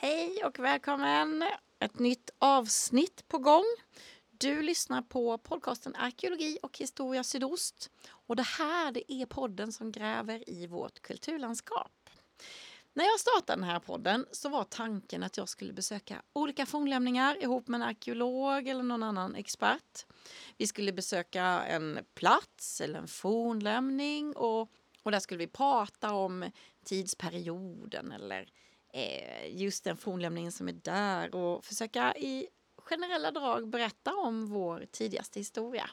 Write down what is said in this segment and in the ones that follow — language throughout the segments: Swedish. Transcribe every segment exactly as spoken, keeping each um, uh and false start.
Hej och välkommen! Ett nytt avsnitt på gång. Du lyssnar på podcasten Arkeologi och historia sydost. Och det här det är podden som gräver i vårt kulturlandskap. När jag startade den här podden så var tanken att jag skulle besöka olika fornlämningar ihop med en arkeolog eller någon annan expert. Vi skulle besöka en plats eller en fornlämning och, och där skulle vi prata om tidsperioden eller just den fornlämningen som är där och försöka i generella drag berätta om vår tidigaste historia.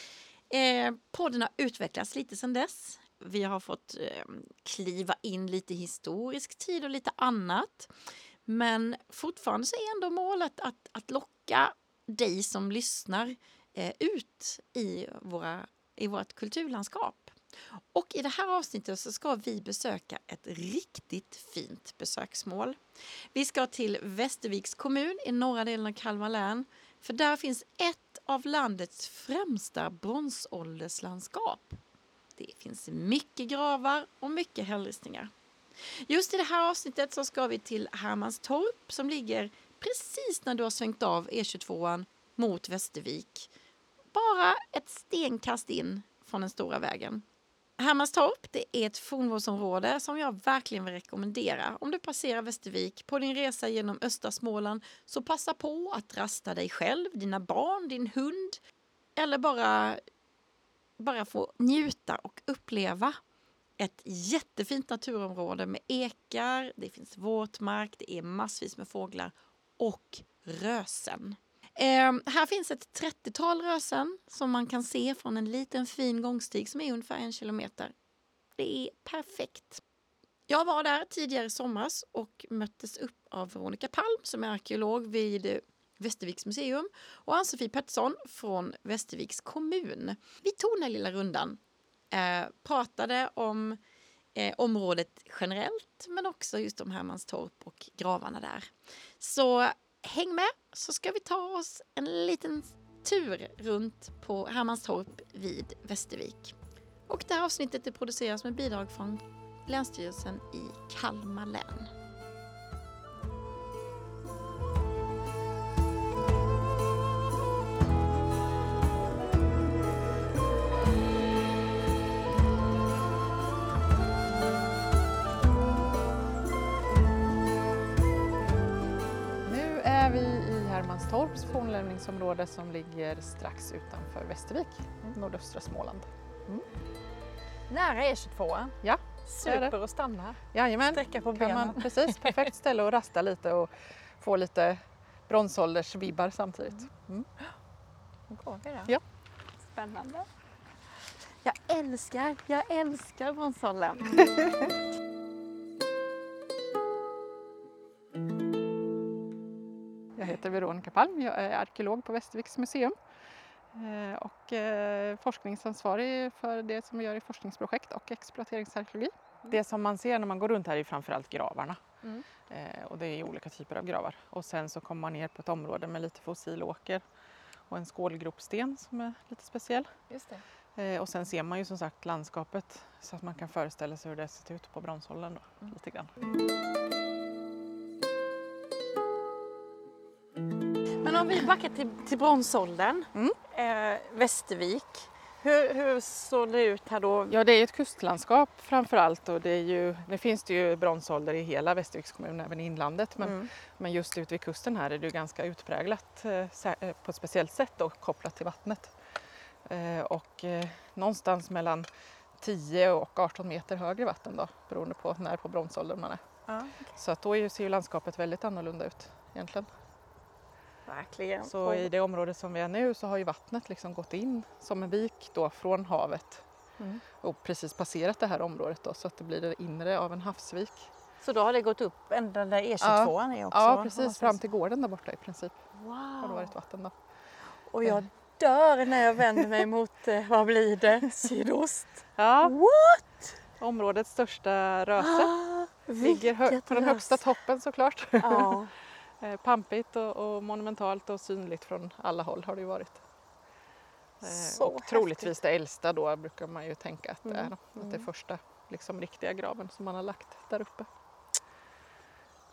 Eh, podden har utvecklats lite sedan dess. Vi har fått eh, kliva in lite historisk tid och lite annat. Men fortfarande så är ändå målet att, att locka dig som lyssnar eh, ut i, våra, i vårt kulturlandskap. Och i det här avsnittet så ska vi besöka ett riktigt fint besöksmål. Vi ska till Västerviks kommun i norra delen av Kalmar län. För där finns ett av landets främsta bronsålderslandskap. Det finns mycket gravar och mycket hällristningar. Just i det här avsnittet så ska vi till Hermanstorp som ligger precis när du har svängt av E tjugotvåan mot Västervik. Bara ett stenkast in från den stora vägen. Hermanstorp det är ett fornvårdsområde som jag verkligen vill rekommendera. Om du passerar Västervik på din resa genom östra Småland så passa på att rasta dig själv, dina barn, din hund eller bara, bara få njuta och uppleva ett jättefint naturområde med ekar, det finns våtmark, det är massvis med fåglar och rösen. Eh, här finns ett trettiotal rösen som man kan se från en liten fin gångstig som är ungefär en kilometer. Det är perfekt. Jag var där tidigare i somras och möttes upp av Veronica Palm som är arkeolog vid Västerviks museum och Ann-Sofie Pettersson från Västerviks kommun. Vi tog den här lilla rundan, eh, pratade om eh, området generellt men också just om Hermanstorp och gravarna där. Så häng med så ska vi ta oss en liten tur runt på Hermanstorp vid Västervik. Och det här avsnittet är produceras med bidrag från Länsstyrelsen i Kalmar län. Hermanstorps fornlämningsområde som ligger strax utanför Västervik, mm. nordöstra Småland. Mm. Nära E tjugotvåan. Ja, super att stanna. Jajamän. Sträcka på kan benen. Man, precis, perfekt ställe att rasta lite och få lite bronsåldersvibbar samtidigt. Mm. Nu går vi då. Ja. Spännande. Jag älskar, jag älskar bronsåldern. Jag heter Veronica Palm, jag är arkeolog på Västerviks museum och forskningsansvarig för det som vi gör i forskningsprojekt och exploateringsarkeologi. Mm. Det som man ser när man går runt här är framförallt gravarna mm. och det är olika typer av gravar. Och sen så kommer man ner på ett område med lite fossilåker och en skålgropsten som är lite speciell. Just det. Och sen ser man ju som sagt landskapet så att man kan föreställa sig hur det ser ut på bronsåldern då, mm. lite grann. Men om vi backar till, till bronsåldern, mm. eh, Västervik, hur, hur såg det ut här då? Ja, det är ett kustlandskap framförallt och det, är ju, det finns det ju bronsålder i hela Västerviks kommun, även i inlandet. Men, mm. men just ute vid kusten här är det ju ganska utpräglat eh, på ett speciellt sätt och kopplat till vattnet. Eh, och eh, någonstans mellan tio och arton meter högre vatten då, beroende på när på bronsåldern man är. Ja, okay. Så att då ser ju landskapet väldigt annorlunda ut egentligen. Verkligen. Så i det område som vi är nu så har ju vattnet liksom gått in som en vik då från havet mm. och precis passerat det här området då, så att det blir det inre av en havsvik. Så då har det gått upp ända där E tjugotvåan ja. är också? Ja, precis. Fram till gården där borta i princip. Wow. Har det varit vatten då. Och jag dör när jag vänder mig mot, vad blir det, sydost. Ja. What? Områdets största röse. Ah, ligger hö- på den högsta toppen såklart. Ja. Pampigt och, och monumentalt och synligt från alla håll har det ju varit. Så och troligtvis det äldsta då brukar man ju tänka att det är. Mm. Att det är första liksom, riktiga graven som man har lagt där uppe.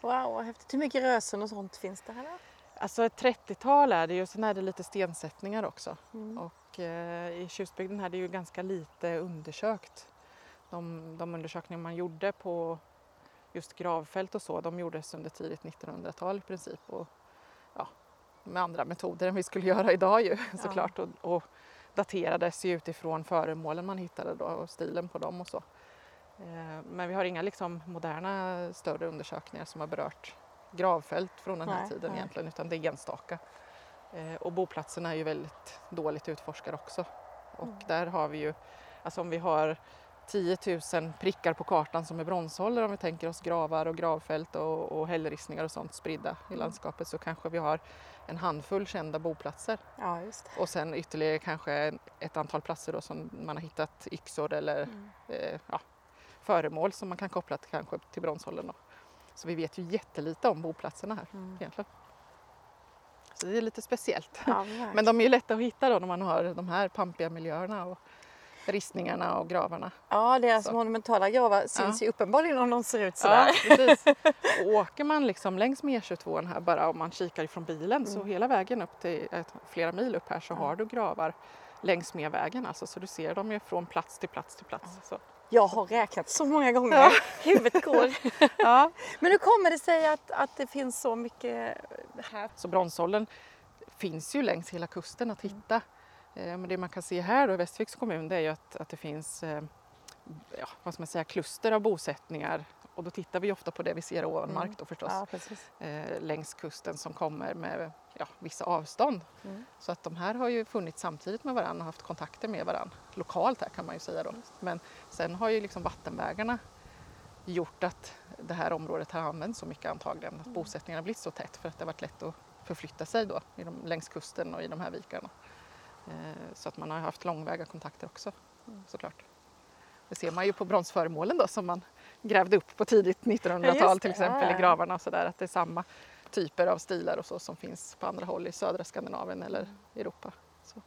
Wow, vad häftigt. Hur mycket rösen och sånt finns det här då? Alltså ett trettiotal är det ju, sen är det lite stensättningar också. Mm. Och eh, i Tjustbygden här är det ju ganska lite undersökt. De, de undersökningar man gjorde på just gravfält och så, de gjordes under tidigt nittonhundratal i princip. Och, ja, med andra metoder än vi skulle göra idag ju Ja. såklart. Och, och daterades ju utifrån föremålen man hittade då och stilen på dem och så. Eh, men vi har inga liksom moderna större undersökningar som har berört gravfält från den här Nej, tiden nej. egentligen, utan det är enstaka. Eh, och boplatserna är ju väldigt dåligt utforskade också. Och Mm. där har vi ju, alltså om vi har tio tusen prickar på kartan som är bronshållare, om vi tänker oss gravar och gravfält och, och hällristningar och sånt spridda i Mm. landskapet, så kanske vi har en handfull kända boplatser. Ja, just det. Och sen ytterligare kanske ett antal platser då som man har hittat yxor eller Mm. eh, ja, föremål som man kan koppla till, kanske till bronsåldern då. Så vi vet ju jättelite om boplatserna här Mm. egentligen. Så det är lite speciellt. Ja, verkligen. Men de är ju lätta att hitta då när man har de här pampiga miljöerna och ristningarna och gravarna. Ja, deras Så. monumentala gravar syns ju uppenbarligen om de ser ut sådär. Ja, precis. Och åker man liksom längs med E tjugotvå här bara, om man kikar ifrån bilen, så Mm. hela vägen upp till ett, flera mil upp här så Ja. har du gravar längs med vägen. Alltså, så du ser dem ju från plats till plats till plats. Så. Jag har räknat så många gånger. Ja. Huvudet går. Ja. Men hur kommer det sig att, att det finns så mycket här? Så bronsåldern finns ju längs hela kusten att hitta. Eh, Men det man kan se här då i Västerviks kommun, det är ju att, att det finns eh, ja, vad ska man säga, kluster av bosättningar. Och då tittar vi ofta på det vi ser ovan mark då förstås. Ja, precis. Eh, längs kusten som kommer med ja, vissa avstånd. Mm. Så att de här har ju funnits samtidigt med varandra och haft kontakter med varandra. Lokalt här kan man ju säga då. Men sen har ju liksom vattenvägarna gjort att det här området har använts så mycket antagligen. Att bosättningarna har blivit så tätt för att det har varit lätt att förflytta sig då i de, längs kusten och i de här vikarna. Eh, så att man har haft långväga kontakter också såklart. Det ser man ju på bronsföremålen då som man grävde upp på tidigt nittonhundratal Ja, just till det. exempel Ja, ja. i gravarna och så där, att det är samma typer av stilar och så som finns på andra håll i södra Skandinavien eller Europa. Så.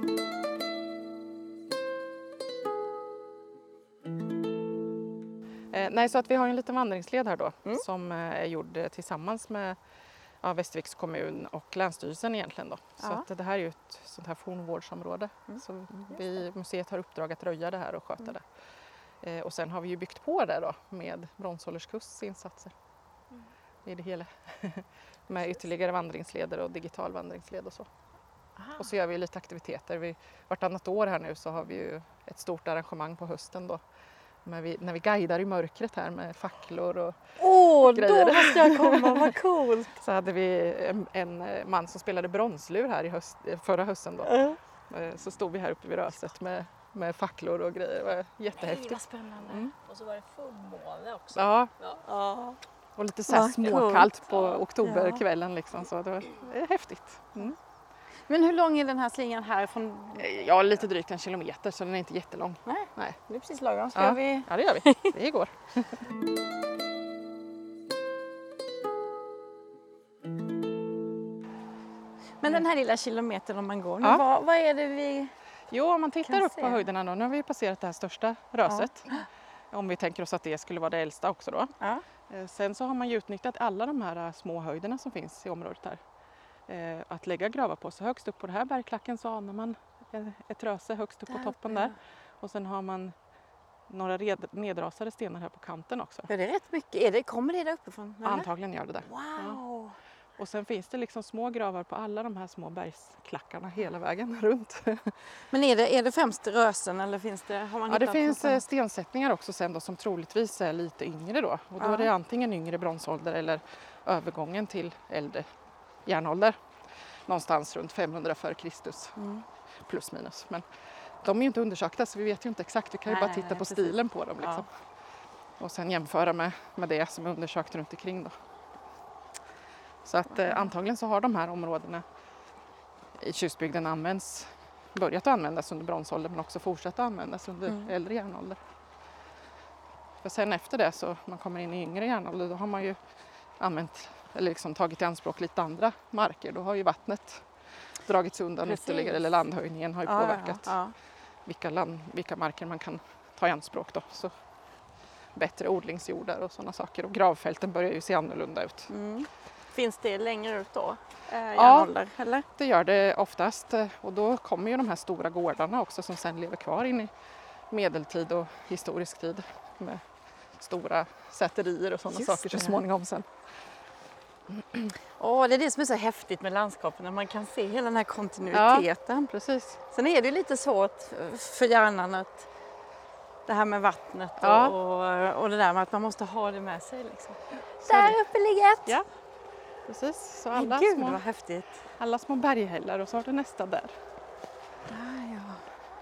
Eh, nej, så att vi har en liten vandringsled här då Mm. som eh, är gjord eh, tillsammans med ja, Västerviks kommun och Länsstyrelsen egentligen då. Så Ja. att det här är ju ett sånt här fornvårdsområde. Mm. Så vi, museet har uppdrag att röja det här och sköta Mm. det. Eh, och sen har vi ju byggt på det då med Bronsålderskusts insatser Mm. i det hela. Med ytterligare vandringsleder och digital vandringsled och så. Aha. Och så gör vi lite aktiviteter. Vi, vartannat år här nu så har vi ju ett stort arrangemang på hösten då. När vi, när vi guidar i mörkret här med facklor och Åh, grejer. då måste jag komma, vad coolt! så hade vi en, en man som spelade bronslur här i höst, förra hösten då. Ja. Eh, Så stod vi här uppe vid Röset med, med facklor och grejer. Det var Nej, jättehäftigt. vad spännande. Mm. Och så var det fullmåne också. Ja, Ja. och lite så här Vad småkallt på Ja. oktoberkvällen liksom. Så det var eh, häftigt. Mm. Men hur lång är den här slingan härifrån? Eh, Ja, lite drygt en kilometer så den är inte jättelång. Nej, Nej. det är precis lagom. Ska Ja. vi... Ja, det gör vi. Det går. Men den här lilla kilometern om man går nu, Ja. vad, vad är det vi... Jo, om man tittar Kan upp se. på höjderna då. Nu har vi passerat det här största röset. Om vi tänker oss att det skulle vara det äldsta också då. Ja. Eh, Sen så har man ju utnyttjat alla de här eh, små höjderna som finns i området här. Eh, Att lägga gravar på. Så högst upp på den här bergklacken så anar man eh, ett röse högst upp på Där toppen uppe, där. Och sen har man några red- nedrasade stenar här på kanten också. Ja, det är rätt mycket. Är det, kommer det där uppifrån? eller? Antagligen gör det det. Wow! Och sen finns det liksom små gravar på alla de här små bergsklackarna hela vägen runt. Men är det, är det främst rösen eller finns det, har man Ja, det hittat finns något eh, annat? stensättningar också sen då, som troligtvis är lite yngre då. Och då Ja. är det antingen yngre bronsålder eller övergången till äldre järnålder. Någonstans runt femhundra före Kristus Mm. plus minus. Men de är ju inte undersökta så vi vet ju inte exakt. Vi kan ju Nej, bara nej, titta nej, på precis. stilen på dem. Ja. Liksom. Och sen jämföra med, med det som är undersökt runt omkring då. Så att eh, antagligen så har de här områdena i Tjustbygden används, börjat att användas under bronsåldern men också fortsatt att användas under Mm. äldre järnålder. För sen efter det så man kommer in i yngre järnålder då har man ju använt eller liksom tagit i anspråk lite andra marker. Då har ju vattnet dragits undan Precis. ytterligare eller landhöjningen har ju Ja, påverkat ja, vilka, land, vilka marker man kan ta i anspråk då. Så bättre odlingsjordar och sådana saker. Och gravfälten börjar ju se annorlunda ut. Mm. Finns det längre ut då? Eh, Ja. järnålder, eller? Det gör det oftast och då kommer ju de här stora gårdarna också som sen lever kvar in i medeltid och historisk tid med stora säterier och sådana Just saker så det. småningom sen. Åh, det är det som är så häftigt med landskapen, när man kan se hela den här kontinuiteten. Precis. Sen är det ju lite svårt för hjärnan att det här med vattnet och, Ja. och, och det där med att man måste ha det med sig. Liksom. Så är Där det. uppe ligger ett! Ja, precis. Så Men alla, Gud små, vad häftigt! alla små berghällar och så har du nästa där. Där ja.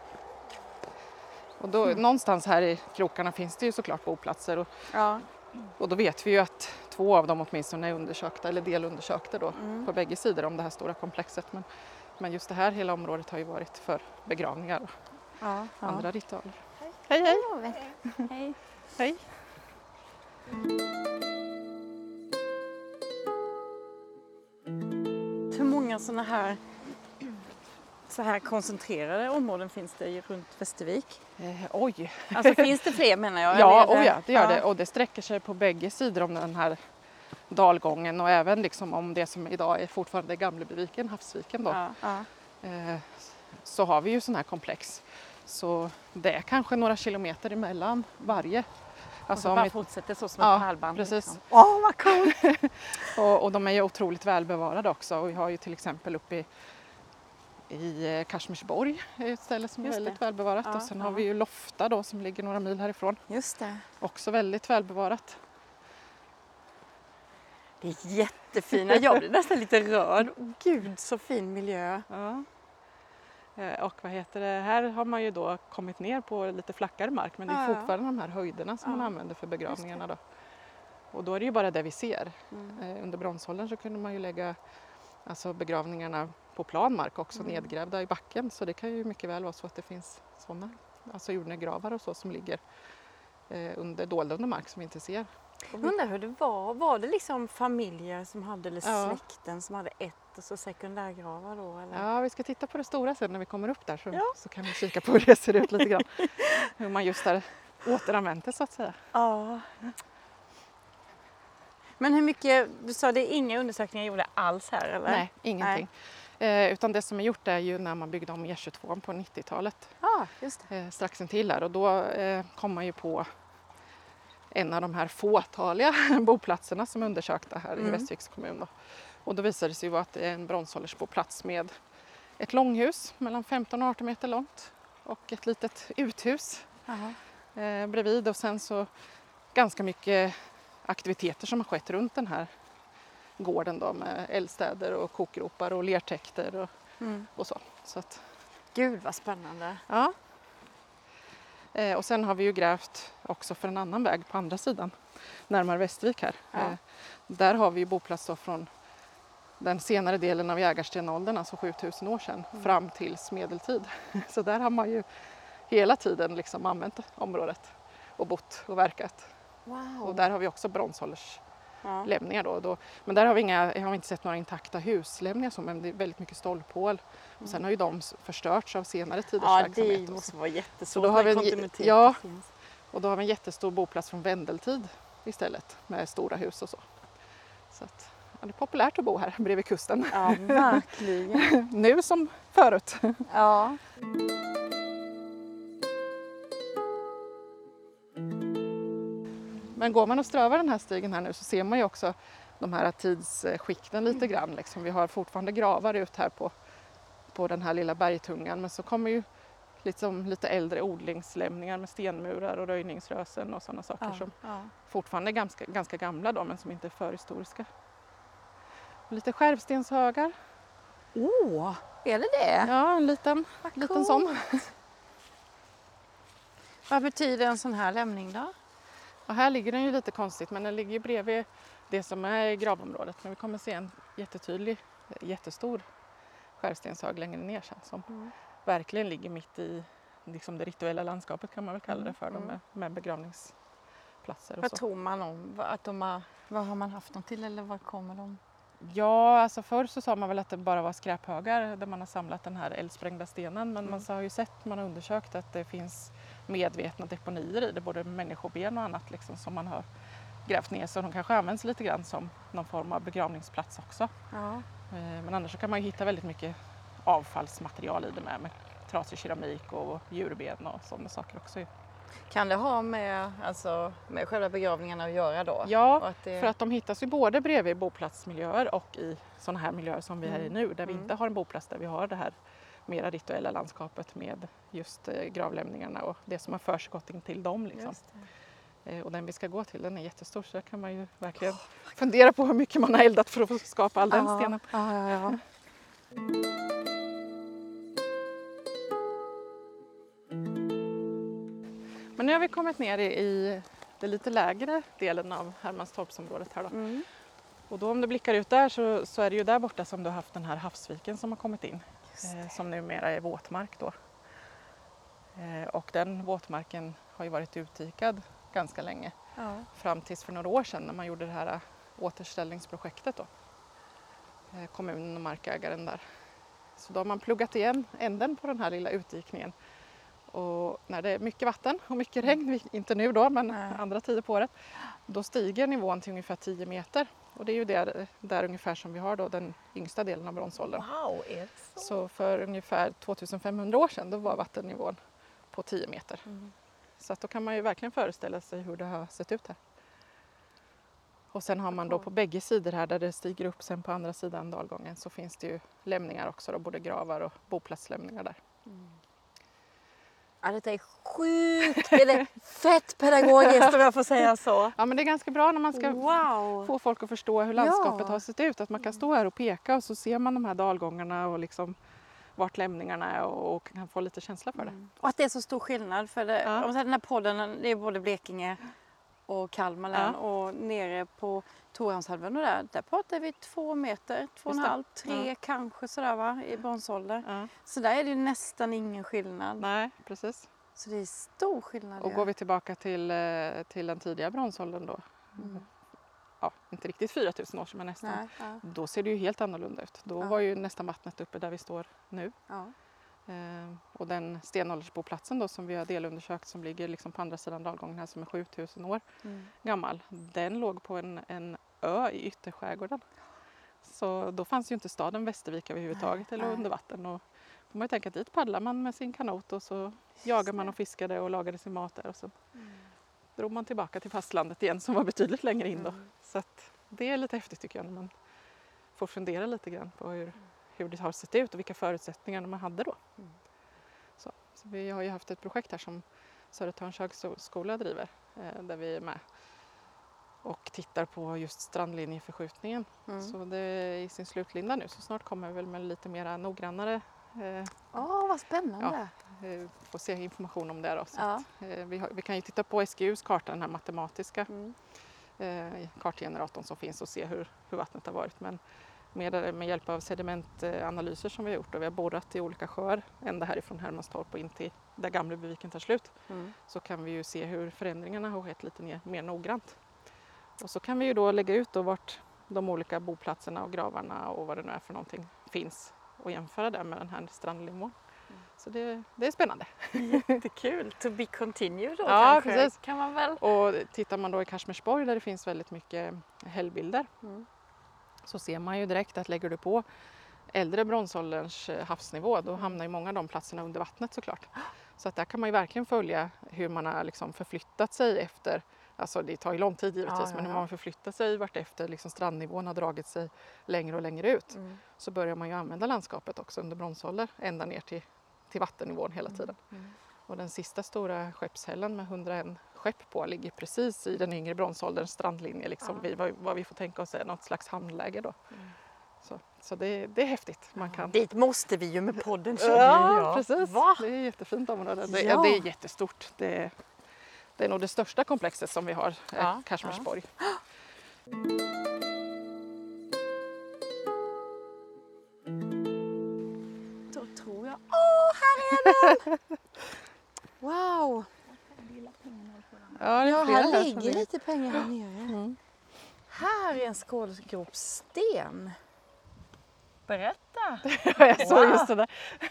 Och då, någonstans här i krokarna finns det ju såklart boplatser och, ja. och då vet vi ju att två av dem åtminstone är undersökta eller delundersökta då Mm. på bägge sidor om det här stora komplexet. Men, men just det här hela området har ju varit för begravningar och Ja, ja. andra ritualer. Hej hej! Hej! Hej! Hur många sådana här, så här koncentrerade områden finns det ju runt Västervik? Eh, oj! Alltså finns det fler menar jag? Ja, eller är oh ja, det gör ja. det. Och det sträcker sig på bägge sidor om den här dalgången och även liksom om det som idag är fortfarande Gamlebyviken, Havsviken då. Ja, ja. Eh, så har vi ju sån här komplex. Så det är kanske några kilometer emellan varje. Och Alltså så om bara vi, fortsätter så som Ja, ett pärlband. precis. Liksom. Åh, vad coolt! och, och de är ju otroligt välbevarade också. Och vi har ju till exempel uppe i, i eh, Kashmirsborg, ett ställe som är Just väldigt det. välbevarat. Ja, och sen ja. har vi ju Lofta då som ligger några mil härifrån. Just det. Också väldigt välbevarat. Det är jättefina. Jag blir nästan lite rörd. Gud, så fin miljö. Ja. Eh, Och vad heter det, här har man ju då kommit ner på lite flackare mark men det är Ja, ja. fortfarande de här höjderna som Ja. man använder för begravningarna då. Och då är det ju bara det vi ser. Mm. Eh, Under bronsåldern så kunde man ju lägga alltså begravningarna på plan mark också Mm. nedgrävda i backen så det kan ju mycket väl vara så att det finns sådana alltså jordnedgravar och så som ligger eh, under, dolda under mark som vi inte ser. Jag undrar hur det var. Var det liksom familjer som hade, eller Ja. släkten som hade ett och så sekundärgravar då? Eller? Ja, vi ska titta på det stora sen när vi kommer upp där så, Ja. så kan vi kika på hur det ser ut lite grann. Hur man just har återanvänt det så att säga. Ja. Men hur mycket, du sa det är inga undersökningar gjorda alls här eller? Nej, ingenting. Eh, utan det som är gjort är ju när man byggde om E tjugotvå på nittiotalet. Ja, just det. Eh, strax intill där och då eh, kom man ju på en av de här fåtaliga boplatserna som är undersökta här Mm. i Västerviks kommun. Då. Och då visade det sig ju att det är en bronsåldersboplats med ett långhus mellan femton och arton meter långt och ett litet uthus Jaha. eh, bredvid och sen så ganska mycket aktiviteter som har skett runt den här gården då med eldstäder och kokgropar och lertäkter och, Mm. och så. så att, Gud vad spännande. ja. Eh, och sen har vi ju grävt också för en annan väg på andra sidan, närmare Västervik här. Ja. Eh, där har vi ju boplats då från den senare delen av jägarstenåldern, alltså sjutusen år sedan, Mm. fram tills medeltid. Så där har man ju hela tiden liksom använt området och bott och verkat. Wow. Och där har vi också bronsålderslämningar ja. då, då. Men där har vi, inga, har vi inte sett några intakta huslämningar så, men det är väldigt mycket stålpål. Och sen har ju de förstörts av senare tiders Ja, verksamhet. det och måste så. vara jättesvårt Så då har vi när en- kontinuitet ja. finns. Och då har vi en jättestor boplats från Vendeltid istället med stora hus och så. Så att, ja, det är populärt att bo här bredvid kusten. Ja, verkligen. Nu som förut. Ja. Men går man och strövar den här stigen här nu så ser man ju också de här tidsskikten lite grann. Liksom. Vi har fortfarande gravar ut här på, på den här lilla bergtungan men så kommer ju liksom lite äldre odlingslämningar med stenmurar och röjningsrösen och sådana saker Ja, som ja. fortfarande är ganska, ganska gamla då, men som inte är förhistoriska. Och lite skärvstenshögar. Åh, är det det? Ja, en liten, Vad liten coolt. sån. Vad betyder en sån här lämning då? Och här ligger den ju lite konstigt, men den ligger ju bredvid det som är gravområdet. Men vi kommer se en jättetydlig, jättestor skärvstenshög längre ner sen som Mm. verkligen ligger mitt i liksom det rituella landskapet kan man väl kalla det för, Mm. dem med, med begravningsplatser och Vad så. tror man om vad- att de har, vad har man haft dem till eller vad kommer de? Ja, alltså förr så sa man väl att det bara var skräphögar där man har samlat den här eldsprängda stenen. Men Mm. man har ju sett, man har undersökt att det finns medvetna deponier i det, både människoben och annat liksom, som man har grävt ner. Så de kanske används lite grann som någon form av begravningsplats också. Ja. Eh, men annars så kan man ju hitta väldigt mycket avfallsmaterial i det med, med trasig keramik och djurben och sådana saker också. Kan det ha med, alltså, med själva begravningarna att göra då? Ja, att det... för att de hittas ju både bredvid boplatsmiljöer och i sådana här miljöer som vi är i Mm. nu, där vi Mm. inte har en boplats, där vi har det här mera rituella landskapet med just eh, gravlämningarna och det som har försiggått in till dem. Liksom. Just det. Eh, och den vi ska gå till, den är jättestor, så där kan man ju verkligen fundera på hur mycket man har eldat för att skapa all den Ja, stenen. ja, ja, ja. Men nu har vi kommit ner i, i den lite lägre delen av Hermanstorpsområdet här då. Mm. Och då om du blickar ut där så, så är det ju där borta som du har haft den här havsviken som har kommit in. Just Eh, som numera är våtmark då. Eh, och den våtmarken har ju varit utdikad ganska länge. Ja. Fram tills för några år sedan när man gjorde det här återställningsprojektet då. Eh, kommunen och markägaren där. Så då har man pluggat igen änden på den här lilla utdikningen. Och när det är mycket vatten och mycket regn, inte nu då men Nej. andra tider på året, då stiger nivån till ungefär tio meter. Och det är ju där, där ungefär som vi har då den yngsta delen av bronsåldern. Wow, är det så? Så för ungefär tvåtusenfemhundra år sedan då var vattennivån på tio meter. Mm. Så att då kan man ju verkligen föreställa sig hur det har sett ut här. Och sen har man då på bägge sidor här där det stiger upp sen på andra sidan dalgången så finns det ju lämningar också då, både gravar och boplatslämningar där. Ja, det är sjukt, eller fett pedagogiskt om jag får säga så. Ja men det är ganska bra när man ska Wow! få folk att förstå hur landskapet Ja. har sett ut. Att man kan stå här och peka och så ser man de här dalgångarna och liksom vart lämningarna är och, och kan få lite känsla för det. Mm. Och att det är så stor skillnad för det, Ja. om man säger den här podden, det är både Blekinge och Kalmar län Ja. och nere på Torhamnshalvön och där, där pratar vi två meter, två och en Just det. halv, tre Ja. kanske sådär va, i bronsålder. Ja. Så där är det ju nästan ingen skillnad. Nej, precis. Så det är stor skillnad. Och ju. går vi tillbaka till, eh, till den tidiga bronsåldern då, Mm. ja, inte riktigt fyra tusen år sedan men nästan, Nej, ja, då ser det ju helt annorlunda ut. Då Ja. var ju nästan vattnet uppe där vi står nu. ja. Eh, och den stenåldersboplatsen då som vi har delundersökt som ligger liksom på andra sidan dalgången här som är sjutusen år Mm. gammal, den låg på en, en ö i ytterskärgården. Så då fanns ju inte staden Västervik överhuvudtaget eller nej. under vatten. Och får man ju tänka att dit paddlar man med sin kanot och så jagar man och fiskade och lagade sin mat där och så Mm. drog man tillbaka till fastlandet igen som var betydligt längre in då. Mm. Så att det är lite häftigt tycker jag när man får fundera lite grann på hur, hur det har sett ut och vilka förutsättningar man hade då. Mm. Så, så vi har ju haft ett projekt här som Södertörns högskola driver eh, där vi är med och tittar på just strandlinjeförskjutningen. Mm. Så det är i sin slutlinda nu så snart kommer vi väl med lite mer noggrannare eh, Åh, vad spännande. eh, få se information om det då. Så Ja. att, eh, vi, har, vi kan ju titta på S G U:s karta, den här matematiska Mm. eh, kartgeneratorn som finns och se hur, hur vattnet har varit. Men med, med hjälp av sedimentanalyser som vi har gjort och vi har borrat i olika sjöar ända härifrån Hermanstorp och in till där Gamlebyviken tar slut Mm. så kan vi ju se hur förändringarna har skett lite mer, mer noggrant. Och så kan vi ju då lägga ut då vart de olika boplatserna och gravarna och vad det nu är för någonting finns och jämföra det med den här strandnivån. Mm. Så det, det är spännande. Jättekul. To be continued då Ja, kanske. precis. Kan man väl. Och tittar man då i Karsmersborg där det finns väldigt mycket hällbilder Mm. så ser man ju direkt att lägger du på äldre bronsålderns eh, havsnivå då hamnar ju många av de platserna under vattnet såklart. Så att där kan man ju verkligen följa hur man har liksom förflyttat sig efter, alltså det tar ju lång tid givetvis, Ja, ja, men hur ja. man förflyttar sig vart efter liksom strandnivån har dragit sig längre och längre ut. Mm. Så börjar man ju använda landskapet också under bronsålder ända ner till, till vattennivån hela tiden. Mm. Och den sista stora skeppshällen med hundraett skepp på ligger precis i den yngre bronsålderns strandlinje. Liksom, Ja. vi, vad, vad vi får tänka oss är något slags hamnläge då. Mm. Så, så det, det är häftigt. Man kan... Dit måste vi ju med podden känner Ja, jag. precis. Va? Det är ett jättefint område. Det, Ja. det är jättestort. Det, det är nog det största komplexet som vi har, Ja, ja, Karsmersborg. Då tror jag... Åh, här är den! Wow! Ja, det är Ja, flera här som ligger vi- lite pengar här nere. Mm. Här är en skålgropssten. Berätta! Jag såg Wow. just det där.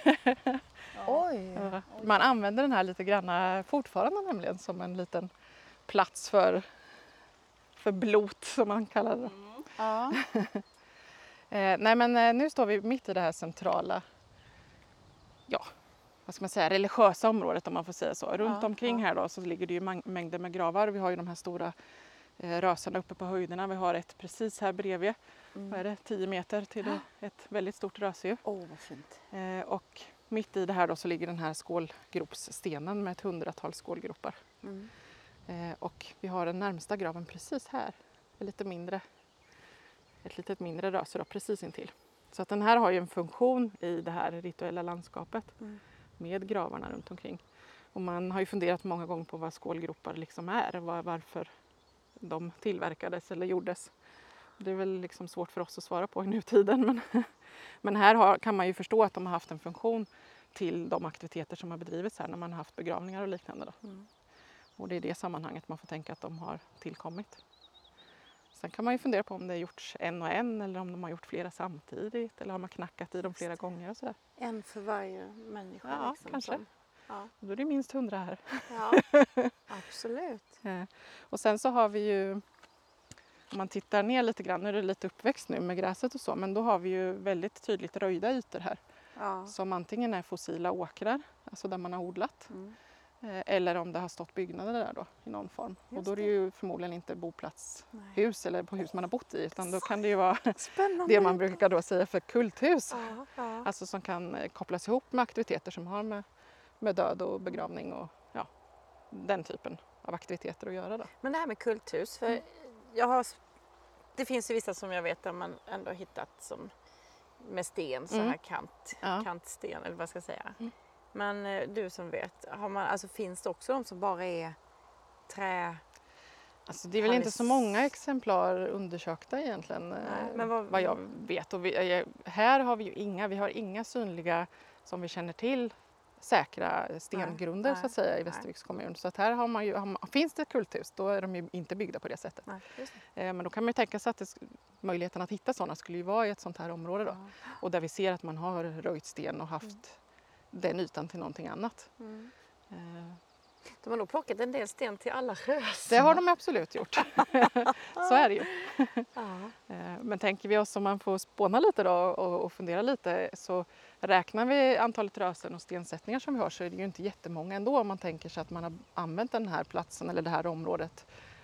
Oj! Ja. Man använder den här lite grann fortfarande nämligen som en liten plats för, för blot som man kallar det. Ja. Eh, nej men eh, nu står vi mitt i det här centrala, ja vad ska man säga, religiösa området om man får säga så. Runt Ja, omkring ja. här då så ligger det ju mang- mängder med gravar. Vi har ju de här stora eh, rösarna uppe på höjderna. Vi har ett precis här bredvid, Mm. vad är det, tio meter till det, ett väldigt stort röse ju. Åh, vad fint. Eh, och mitt i det här då så ligger den här skålgropsstenen med ett hundratal skålgropar. Mm. Eh, och vi har den närmsta graven precis här, ett lite mindre, ett litet mindre röse då, precis intill. Så att den här har ju en funktion i det här rituella landskapet Mm. med gravarna runt omkring. Och man har ju funderat många gånger på vad skålgropar liksom är, var, varför de tillverkades eller gjordes. Det är väl liksom svårt för oss att svara på i nutiden, men, men här har, kan man ju förstå att de har haft en funktion till de aktiviteter som har bedrivits här när man har haft begravningar och liknande. Då. Mm. Och det är i det sammanhanget man får tänka att de har tillkommit. Sen kan man ju fundera på om det har gjorts en och en eller om de har gjort flera samtidigt eller har man knackat i dem flera gånger och sådär. En för varje människa. Ja, liksom, kanske. Som, ja. Då är det minst hundra här. ja, absolut. Eh, Och sen så har vi ju, om man tittar ner lite grann, nu är det lite uppväxt nu med gräset och så, men då har vi ju väldigt tydligt röjda ytor här. Ja. Som antingen är fossila åkrar, alltså där man har odlat, Mm. eh, eller om det har stått byggnader där då i någon form. och Just då är det det. ju förmodligen inte boplatshus Nej. eller på hus man har bott i, utan då kan det ju vara Spännande. det man brukar då säga för kulthus. Ja, ja. Alltså som kan eh, kopplas ihop med aktiviteter som har med, med död och begravning och ja, den typen av aktiviteter att göra då. Men det här med kulthus, för Mm. jag har, det finns ju vissa som jag vet att man ändå har hittat som med sten, så här Mm. kant, Ja. kantsten eller vad jag ska säga. Mm. Men eh, du som vet, har man, alltså, finns det också de som bara är trä? Alltså det är väl Har inte ni så s- många exemplar undersökta egentligen, eh, Nej, men vad- vad jag vet. Och vi, eh, här har vi ju inga, vi har inga synliga som vi känner till säkra stengrunder nej, så att säga i nej. Västerviks kommun. Så att här har man ju, har man, finns det ett kulthus då är de ju inte byggda på det sättet. Nej, just det. Eh, men då kan man ju tänka sig att det, sk- möjligheten att hitta sådana skulle ju vara i ett sånt här område då. Ja. Och där vi ser att man har röjt sten och haft den ytan till någonting annat. Mm. Eh, De har nog plockat en del sten till alla rös. det har de absolut gjort. Så är det ju. Ja. Eh, Men tänker vi oss, om man får spåna lite då och, och fundera lite, så räknar vi antalet rösen och stensättningar som vi har så är det ju inte jättemånga ändå om man tänker sig att man har använt den här platsen eller det här området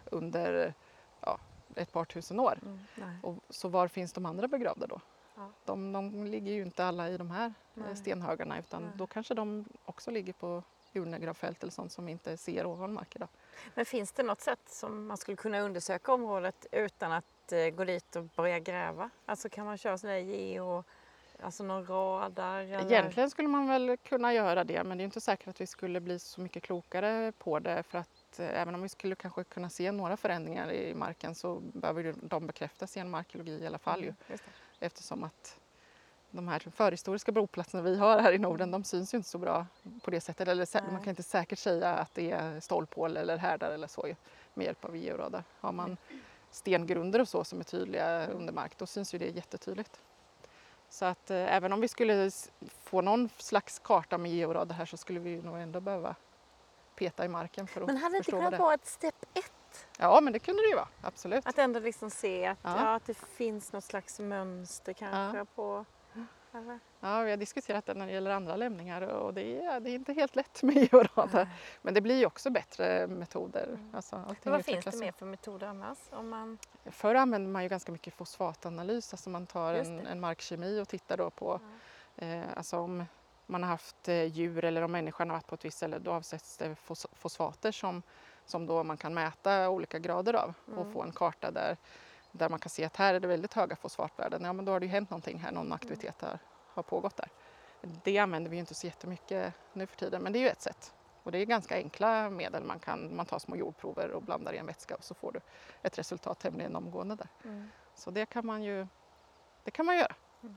under ja, ett par tusen år. Mm, nej. Och, så var finns de andra begravda då? Ja. De, de ligger ju inte alla i de här eh, Nej. stenhögarna utan Nej. då kanske de också ligger på urnegravfält eller sånt som vi inte ser ovan mark idag. Men finns det något sätt som man skulle kunna undersöka området utan att eh, gå dit och börja gräva? Alltså kan man köra sådär geo, alltså någon radar? Eller? Egentligen skulle man väl kunna göra det, men det är inte säkert att vi skulle bli så mycket klokare på det, för att eh, även om vi skulle kanske kunna se några förändringar i marken så behöver ju de bekräftas genom arkeologi i alla fall ju, Mm, just det. eftersom att de här förhistoriska broplatserna vi har här i Norden, de syns ju inte så bra på det sättet. Eller sä- Nej. man kan inte säkert säga att det är stålpål eller härdar eller så ju, med hjälp av georadar. Har man stengrunder och så som är tydliga under mark, då syns ju det jättetydligt. Så att eh, även om vi skulle s- få någon slags karta med georadar här så skulle vi ju nog ändå behöva peta i marken för att Men hade det inte förstå vad kunnat det är. vara ett step ett? Ja, men det kunde det ju vara, absolut. Att ändå liksom se att, Ja. ja. att det finns något slags mönster kanske Ja. på... Eller? Ja, vi har diskuterat det när det gäller andra lämningar och det är, det är inte helt lätt med georadar. Men det blir ju också bättre metoder. Mm. Alltså, allting Men vad finns utvecklas det ju. mer för metoder annars? Om man... Förr använde man ju ganska mycket fosfatanalys, alltså man tar Just en, det. en markkemi och tittar då på eh, alltså om man har haft eh, djur eller om människan har varit på ett visst ställe, då avsätts det fos, fosfater som, som då man kan mäta olika grader av och Mm. få en karta där, där man kan se att här är det väldigt höga fosfatvärden. Ja, men då har det ju hänt någonting här, någon aktivitet har, har pågått där. Det använder vi ju inte så jättemycket nu för tiden, men det är ju ett sätt. Och det är ganska enkla medel. Man, kan, man tar små jordprover och blandar i en vätska och så får du ett resultat tämligen omgående där. Mm. Så det kan man ju det kan man göra. Mm.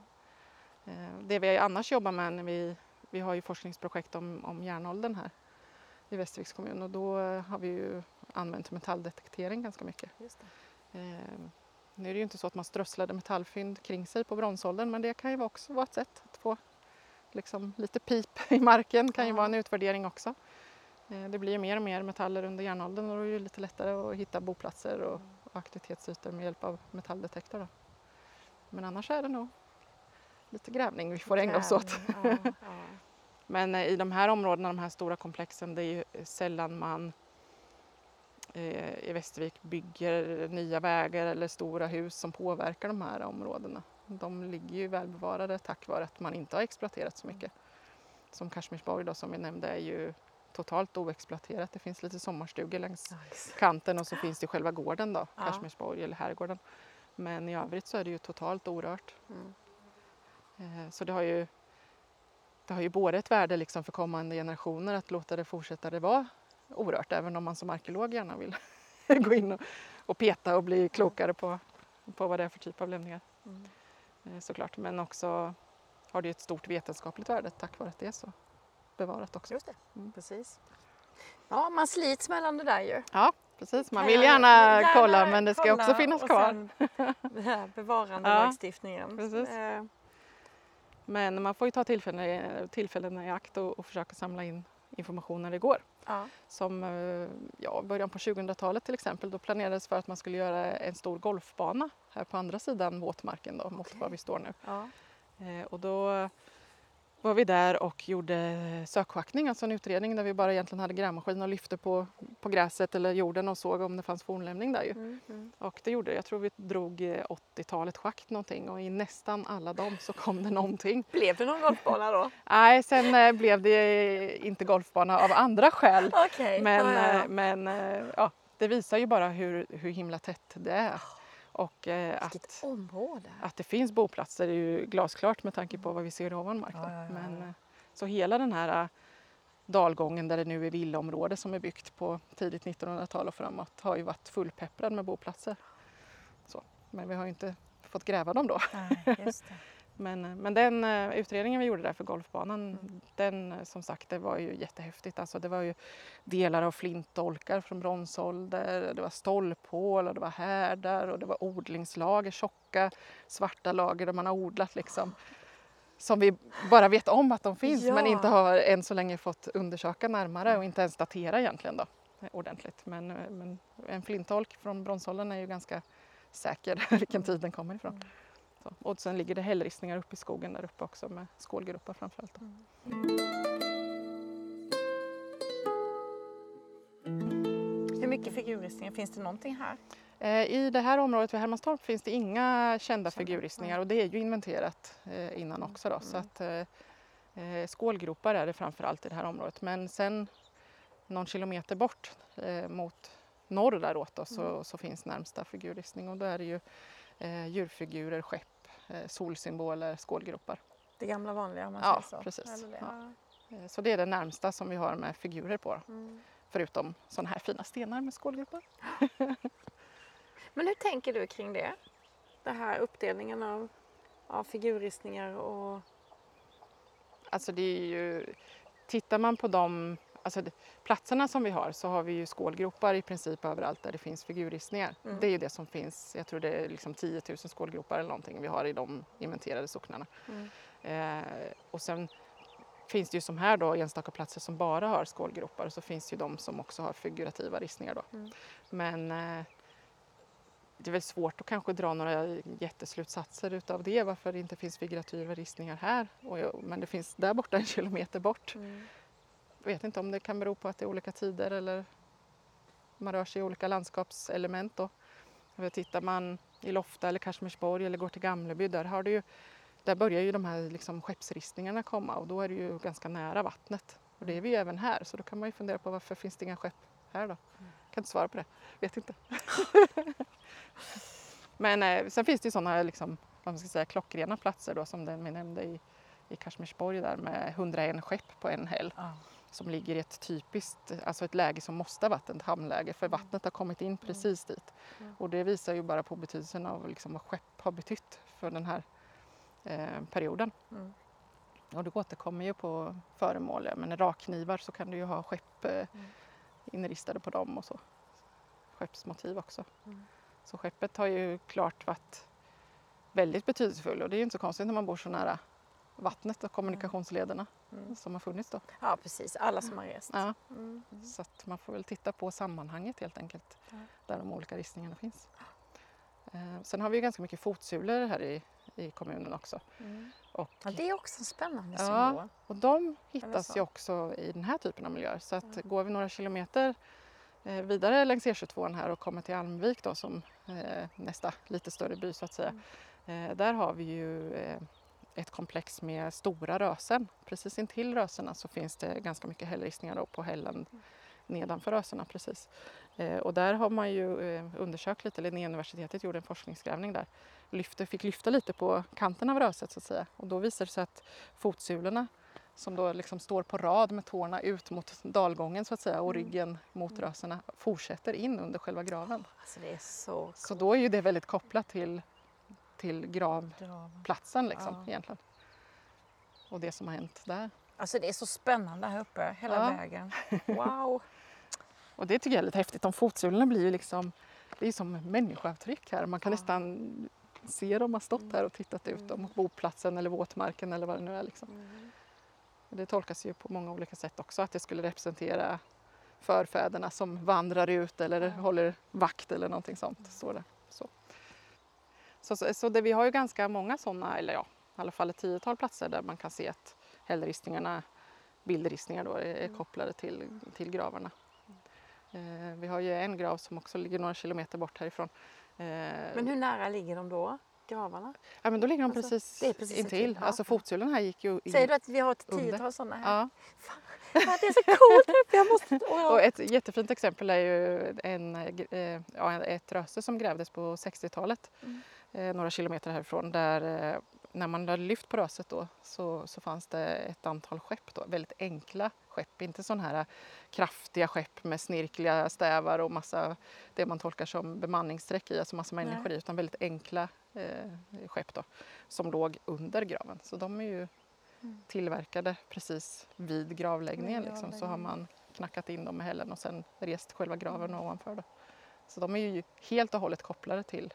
Eh, Det vi annars jobbar med, när vi, vi har ju forskningsprojekt om, om järnåldern här i Västerviks kommun och då har vi ju använt metalldetektering ganska mycket. Just det. Eh, Nu är det ju inte så att man strösslade metallfynd kring sig på bronsåldern, men det kan ju också vara ett sätt att få liksom lite pip i marken, kan ju Ja. vara en utvärdering också. Eh, Det blir ju mer och mer metaller under järnåldern och då är det lite lättare att hitta boplatser och och aktivitetsytor med hjälp av metalldetektor. Då. Men annars är det nog lite grävning vi får ägna oss åt. Grävning, ja, ja. Men eh, i de här områdena, de här stora komplexen, det är ju sällan man eh, i Västervik bygger nya vägar eller stora hus som påverkar de här områdena. De ligger ju välbevarade tack vare att man inte har exploaterat så mycket. Som Kashmirsborg då, som vi nämnde, är ju totalt oexploaterat. Det finns lite sommarstugor längs Nice. kanten och så finns det själva gården då, Ja. Kashmirsborg eller herrgården. Men i övrigt så är det ju totalt orört. Mm. Eh, Så det har ju, det har ju både ett värde liksom för kommande generationer att låta det fortsätta det vara orört, även om man som arkeolog gärna vill gå in och, och peta och bli klokare på, på vad det är för typ av lämningar. Mm. Eh, Såklart, men också har det ju ett stort vetenskapligt värde tack vare att det är så bevarat också. Just det, Mm. precis. Ja, man slits mellan det där ju. Ja, precis. Man Kan vill jag gärna, gärna kolla, men det ska kolla också finnas och kvar. sen den här bevarande Ja, lagstiftningen. precis. Eh, Men man får ju ta tillfällen, tillfällen i akt och, och försöka samla in information när det går. ja. Som eh, ja, början på tjugohundratalet till exempel, då planerades för att man skulle göra en stor golfbana här på andra sidan våtmarken då, mot Okej. var vi står nu. Ja. Eh, och då var vi där och gjorde sökschaktning, alltså en utredning där vi bara egentligen hade grävmaskin och lyfte på, på gräset eller jorden och såg om det fanns fornlämning där ju. Mm, mm. Och det gjorde det. Jag tror vi drog eh, åttiotalet schakt någonting och i nästan alla dem så kom det någonting. Blev det någon golfbana då? Nej, sen eh, blev det inte golfbana av andra skäl. Okej. Men, ja, ja, ja. eh, men eh, ja, det visar ju bara hur, hur himla tätt det är. Och eh, Vilket att, område. att det finns boplatser är ju glasklart med tanke på vad vi ser ovan mark. då. Ja, ja, ja, Men, ja. eh, så hela den här eh, dalgången där det nu är villaområde som är byggt på tidigt nittonhundratal och framåt har ju varit fullpepprad med boplatser. Så. Men vi har ju inte fått gräva dem då. Nej, just det. Men, eh, men den eh, utredningen vi gjorde där för golfbanan, Mm. den eh, som sagt, det var ju jättehäftigt. Alltså det var ju delar av flintdolkar från bronsålder, det var stolphål och det var härdar och det var odlingslager, tjocka svarta lager där man har odlat liksom. Som vi bara vet om att de finns Ja. men inte har än så länge fått undersöka närmare och inte ens datera egentligen då eh, ordentligt. Men, eh, men en flintdolk från bronsåldern är ju ganska säker vilken tid den kommer ifrån. Mm. Så. Och sen ligger det hällristningar uppe i skogen där uppe också med skålgropar framförallt. då. Hur mycket figurristningar finns det någonting här? Eh, I det här området vid Hermanstorp finns det inga kända Kända, figurristningar och det är ju inventerat eh, innan också. Då. Så att, eh, eh, skålgropar är det framförallt i det här området. Men sen någon kilometer bort eh, mot norr däråt då, så, Mm. så finns närmsta figurristning och då är det ju eh, djurfigurer, skepp, eh, solsymboler, skålgropar. Det gamla vanliga om man Ja, säger så. precis. Eller det. Ja. Eh, Så det är det närmsta som vi har med figurer på. Mm. Förutom sådana här fina stenar med skålgropar. Men hur tänker du kring det? Den här uppdelningen av, av figurristningar och... Alltså det är ju, tittar man på de alltså det, platserna som vi har så har vi ju skålgropar i princip överallt där det finns figurristningar. Mm. Det är ju det som finns, jag tror det är liksom tio tusen skålgropar eller någonting vi har i de inventerade socknarna. Mm. Eh, och sen finns det ju som här då enstaka platser som bara har skålgropar och så finns ju de som också har figurativa ristningar då. Mm. Men eh, det är väl svårt att kanske dra några jätteslutsatser utav det, varför det inte finns figurativa ristningar här. Och, jag- men det finns där borta en kilometer bort. Mm. Jag vet inte om det kan bero på att det är olika tider eller man rör sig i olika landskapselement. Då. Eller tittar man i Lofta eller Kashmirsborg eller går till Gamleby, där, har det ju, där börjar ju de här liksom skeppsristningarna komma och då är det ju ganska nära vattnet. Och det är vi ju även här, så då kan man ju fundera på varför finns det inga skepp här då? Kan inte svara på det, vet inte. Men eh, sen finns det ju sådana liksom, vad man ska säga, klockrena platser då, som den vi nämnde i, i Kashmirsborg där med hundraen skepp på en häll. Ja. Som ligger i ett typiskt, alltså ett läge som måste ha varit ett hamnläge för vattnet har kommit in precis dit. Mm. Och det visar ju bara på betydelsen av liksom vad skepp har betytt för den här eh, perioden. Mm. Och det återkommer ju på föremål, ja, men rakknivar så kan du ju ha skepp eh, Mm. inristade på dem och så. Skeppsmotiv också. Mm. Så skeppet har ju klart varit väldigt betydelsefullt och det är ju inte så konstigt när man bor så nära vattnet och kommunikationslederna Mm. som har funnits då. Ja, precis. Alla som har rest. Ja. Mm. Så att man får väl titta på sammanhanget helt enkelt, Ja. där de olika ristningarna finns. Eh, sen har vi ju ganska mycket fotsulor här i, i kommunen också. Mm. Och, Ja, det är också en spännande Ja. symbol. och de Eller hittas så. ju också i den här typen av miljöer. Så att Ja. går vi några kilometer eh, vidare längs E tjugotvå här och kommer till Almvik då, som eh, nästa lite större by så att säga. Mm. Eh, där har vi ju eh, ett komplex med stora rösen. Precis intill röserna så finns det ganska mycket hällristningar då på hällen nedanför röserna precis. Eh, och där har man ju eh, undersökt lite, Linnéuniversitetet gjorde en forskningsgrävning där. Lyfte, fick lyfta lite på kanten av röset så att säga. Och då visade det sig att fotsulorna som då liksom står på rad med tårna ut mot dalgången så att säga och Mm. ryggen mot Mm. röserna fortsätter in under själva graven. Alltså det är så Så då är ju det väldigt kopplat till, till coolt. gravplatsen liksom Ja. egentligen. Och det som har hänt där. Alltså det är så spännande här uppe hela Ja. vägen. Wow! Och det tycker jag är lite häftigt. De fotsulorna blir ju liksom, det är som människoavtryck här. Man kan Ja. nästan se dem har stått här och tittat ut Mm. mot boplatsen eller våtmarken eller vad det nu är. Liksom. Mm. Det tolkas ju på många olika sätt också, att det skulle representera förfäderna som vandrar ut eller Ja. håller vakt eller någonting sånt. Står det. Så. Så, så, så det, vi har ju ganska många sådana, eller ja, i alla fall ett tiotal platser där man kan se att hällristningarna, bildristningar då, är, är Mm. kopplade till, till gravarna. Eh, vi har ju en grav som också ligger några kilometer bort härifrån. Eh, Men hur nära ligger de då, gravarna? ja, men då ligger de Alltså, precis, det är precis intill. intill, ja. Alltså fotsulorna här gick ju in. Säger du att vi har ett under. tiotal sådana här? Ja. Ja, det är så coolt här uppe. Jag måste... Oh, Och ja. ett jättefint exempel är ju en, eh, ja, ett röse som grävdes på sextiotalet, Mm. eh, några kilometer härifrån. Där, eh, när man hade lyft på röset då, så, så fanns det ett antal skepp, då, väldigt enkla skepp. Inte sådana här kraftiga skepp med snirkliga stävar och massa, det man tolkar som bemanningssträck i, alltså massa Nej. människor i, utan väldigt enkla eh, skepp då, som låg under graven. Så de är ju Mm. tillverkade precis vid gravläggningen. Vid Liksom. Så har gravläggningen. man knackat in dem med hällen och sen rest själva graven ovanför. Då. Så de är ju helt och hållet kopplade till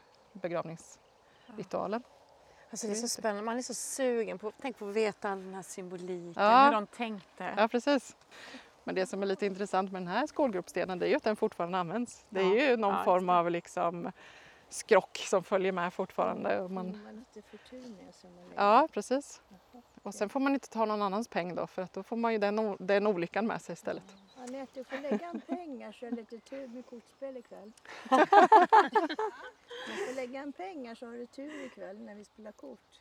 begravningsritualen. Alltså det är så spännande. Man är så sugen på, tänk på att veta all den här symboliken, Ja. hur de tänkte. Ja, precis. Men det som är lite intressant med den här skålgropsstenen, det är ju att den fortfarande används. Det är Ja. ju någon Ja, form just det. av liksom skrock som följer med fortfarande. Och man... Man inte Fortunia som man Ja, precis. Och sen får man inte ta någon annans peng då, för att då får man ju den, o- den olyckan med sig istället. Anette, du får lägga en pengar så är det lite tur med kortspel ikväll. Du får lägga en pengar så har du tur ikväll när vi spelar kort.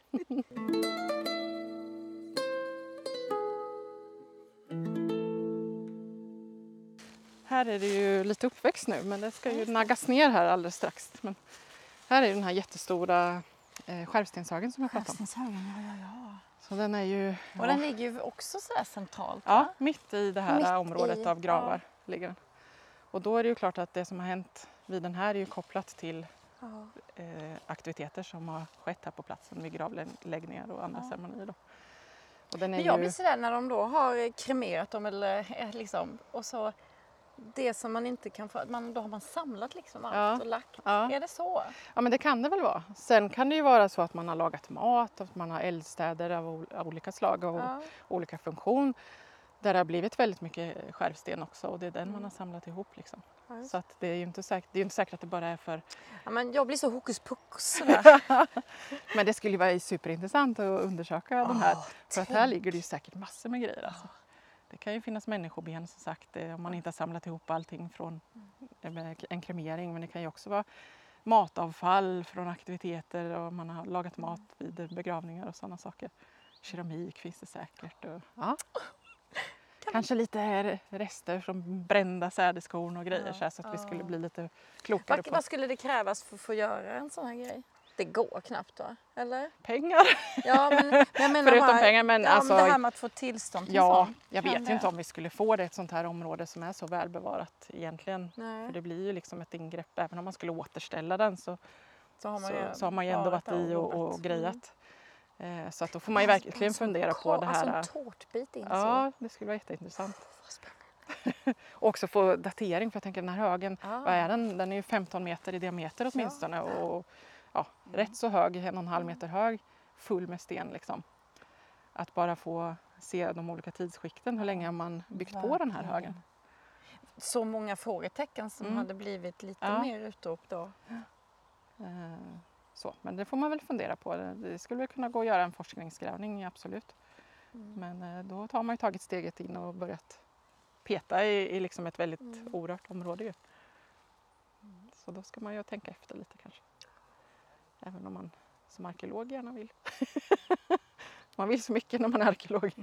Här är det ju lite uppväxt nu, men det ska ju naggas ner här alldeles strax. Men här är den här jättestora eh, skärvstenshögen som jag pratade om. Skärstenshögen, ja, ja, ja. Så den är ju Och den ligger ju också sådär centralt. ja, va? mitt i det här Mitt området i, av gravar. Ligger den. Och då är det ju klart att det som har hänt vid den här är ju kopplat till Ja. eh, aktiviteter som har skett här på platsen vid gravläggningar och andra Ja. ceremonier. Då. Och den är Men jag ju... blir sådär när de då har kremerat dem eller eh, liksom, och så det som man inte kan få, man, då har man samlat liksom allt Ja. och lagt. Ja. Är det så? Ja, men det kan det väl vara. Sen kan det ju vara så att man har lagat mat, att man har eldstäder av, ol- av olika slag och Ja. olika funktion. Där det har blivit väldigt mycket skärvsten också och det är den Mm. man har samlat ihop. Liksom. Ja, just Så att det är ju inte säkert, det är ju inte säkert att det bara är för... Ja, men jag blir så hokus pokus sådär. Men det skulle ju vara superintressant att undersöka de här. Åh, För att här ligger det ju säkert massor med grejer. Alltså. Det kan ju finnas människoben som sagt eh, om man inte har samlat ihop allting från eh, en kremering. Men det kan ju också vara matavfall från aktiviteter och man har lagat mat vid begravningar och sådana saker. Keramik finns det säkert. Och, ja. Kanske lite rester från brända sädeskorn och grejer Ja, så, här, så att vi ja. skulle bli lite klokare Vad, på vad skulle det krävas för att få göra en sån här grej? Det går knappt va? Eller? pengar. Ja, men, men jag menar Förutom bara, pengar, men ja, alltså- men det här med att få tillstånd till Ja, sånt. jag Kan vet ju det- inte om vi skulle få det ett sånt här område som är så välbevarat egentligen. Nej, För det blir ju liksom ett ingrepp, även om man skulle återställa den så, så har man så, ju, så har man ju ändå varit där i och, rodat. och grejat. Eh, så att då får man ju Alltså, verkligen en sån fundera på kar- det Alltså här. en tårtbit in så. Ja, det skulle vara jätteintressant. Vad spännande. Och också få datering, för jag tänker den här högen, Ah. vad är den? Den är ju femton meter i diameter åtminstone Ja. och ja, rätt så hög, en och en halv meter hög, full med sten liksom. Att bara få se de olika tidsskikten, hur länge har man byggt på den här högen. Så många frågetecken som Mm. hade blivit lite Ja. mer utrop då. Eh, Så, men det får man väl fundera på. Det skulle väl kunna gå att göra en forskningsgrävning, absolut. Mm. Men eh, då har man ju tagit steget in och börjat peta i, i liksom ett väldigt Mm. orört område ju. Så då ska man ju tänka efter lite kanske. Även om man som arkeolog gärna vill. Man vill så mycket när man är arkeolog.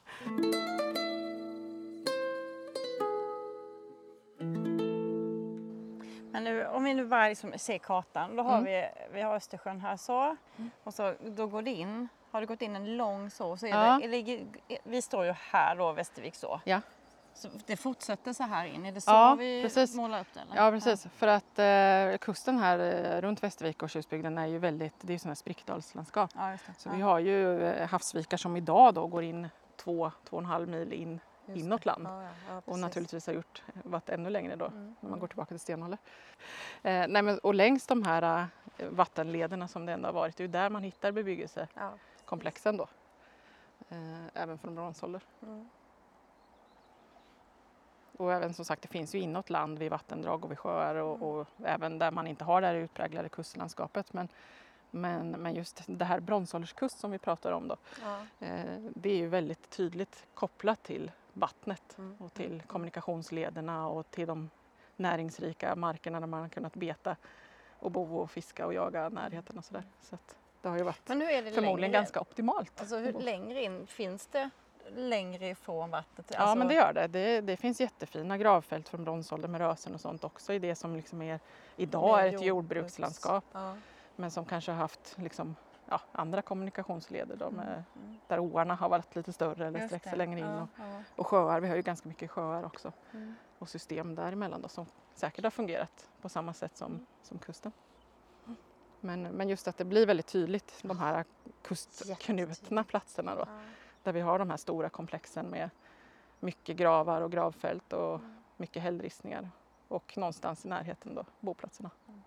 Men nu, om vi nu bara liksom ser kartan, då har Mm. vi, vi har Östersjön här så. Och så då går det in, har det gått in en lång så, så är Ja. det, ligger, vi står ju här då, Västervik så. Ja. Så det fortsätter så här in, är det så Ja, vi precis. målar upp det? Eller? Ja, precis. För att eh, kusten här eh, runt Västervik och Tjusbygden är ju väldigt, det är ju sådana här sprickdalslandskap. Ja, just det. Så ja. vi har ju eh, havsvikar som idag då går in två, två och en halv mil in Just inåt det. land. Ja, ja, ja, Och precis. naturligtvis har gjort, varit ännu längre då Mm, när man går tillbaka till stenålder. Eh, nej men, och längs de här eh, vattenlederna som det ändå har varit, det är ju där man hittar bebyggelsekomplexen Ja. då. Eh, även från bronsålder. Mm. Och även som sagt, det finns ju inåt land vid vattendrag och vid sjöar och, och även där man inte har det här utpräglade kustlandskapet. Men, men, men just det här bronsålderskust som vi pratar om då, Ja. eh, det är ju väldigt tydligt kopplat till vattnet Mm. och till kommunikationslederna och till de näringsrika markerna där man har kunnat beta och bo och fiska och jaga närheten och sådär. Så att det har ju varit Men nu är det förmodligen längre, ganska optimalt. alltså hur längre in finns det längre ifrån vattnet? Ja, Alltså, men det gör det. det. Det finns jättefina gravfält från bronsåldern med rösen och sånt också i det som liksom är, idag är ett jordbruks- jordbrukslandskap. Ja. Men som kanske har haft liksom, ja, andra kommunikationsleder då, med, Mm. där åarna har varit lite större eller Just sträckt sig det. längre in. Ja, Och, ja. och sjöar, vi har ju ganska mycket sjöar också. Mm. Och system däremellan då, som säkert har fungerat på samma sätt som, Mm. som kusten. Men, men just att det blir väldigt tydligt, de här kustknutna Jättetydligt. platserna då. Ja. Där vi har de här stora komplexen med mycket gravar och gravfält och Mm. mycket hällristningar. Och någonstans i närheten då, boplatserna.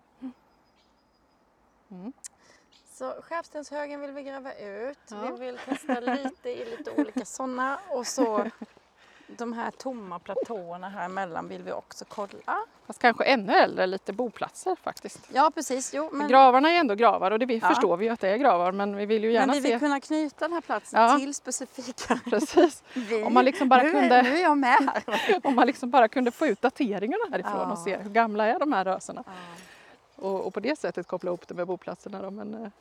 Mm. Så Skärpstenshögen vill vi gräva ut. Ja. Vi vill testa lite i lite olika sådana. Och så de här tomma platåerna här emellan vill vi också kolla. Fast kanske ännu äldre, lite boplatser faktiskt. Ja, precis. Jo, men, Gravarna är ändå gravar och det vi Ja. förstår vi ju att det är gravar, men vi vill ju gärna men vi vill se... kunna knyta den här platsen Ja. till specifika Precis. vi. Om man liksom bara nu, kunde- är, nu är jag med här. Om man liksom bara kunde få ut dateringarna härifrån Ja. och se hur gamla är de här röserna. Ja. Och, och på det sättet koppla ihop det med boplatserna då. Men, eh,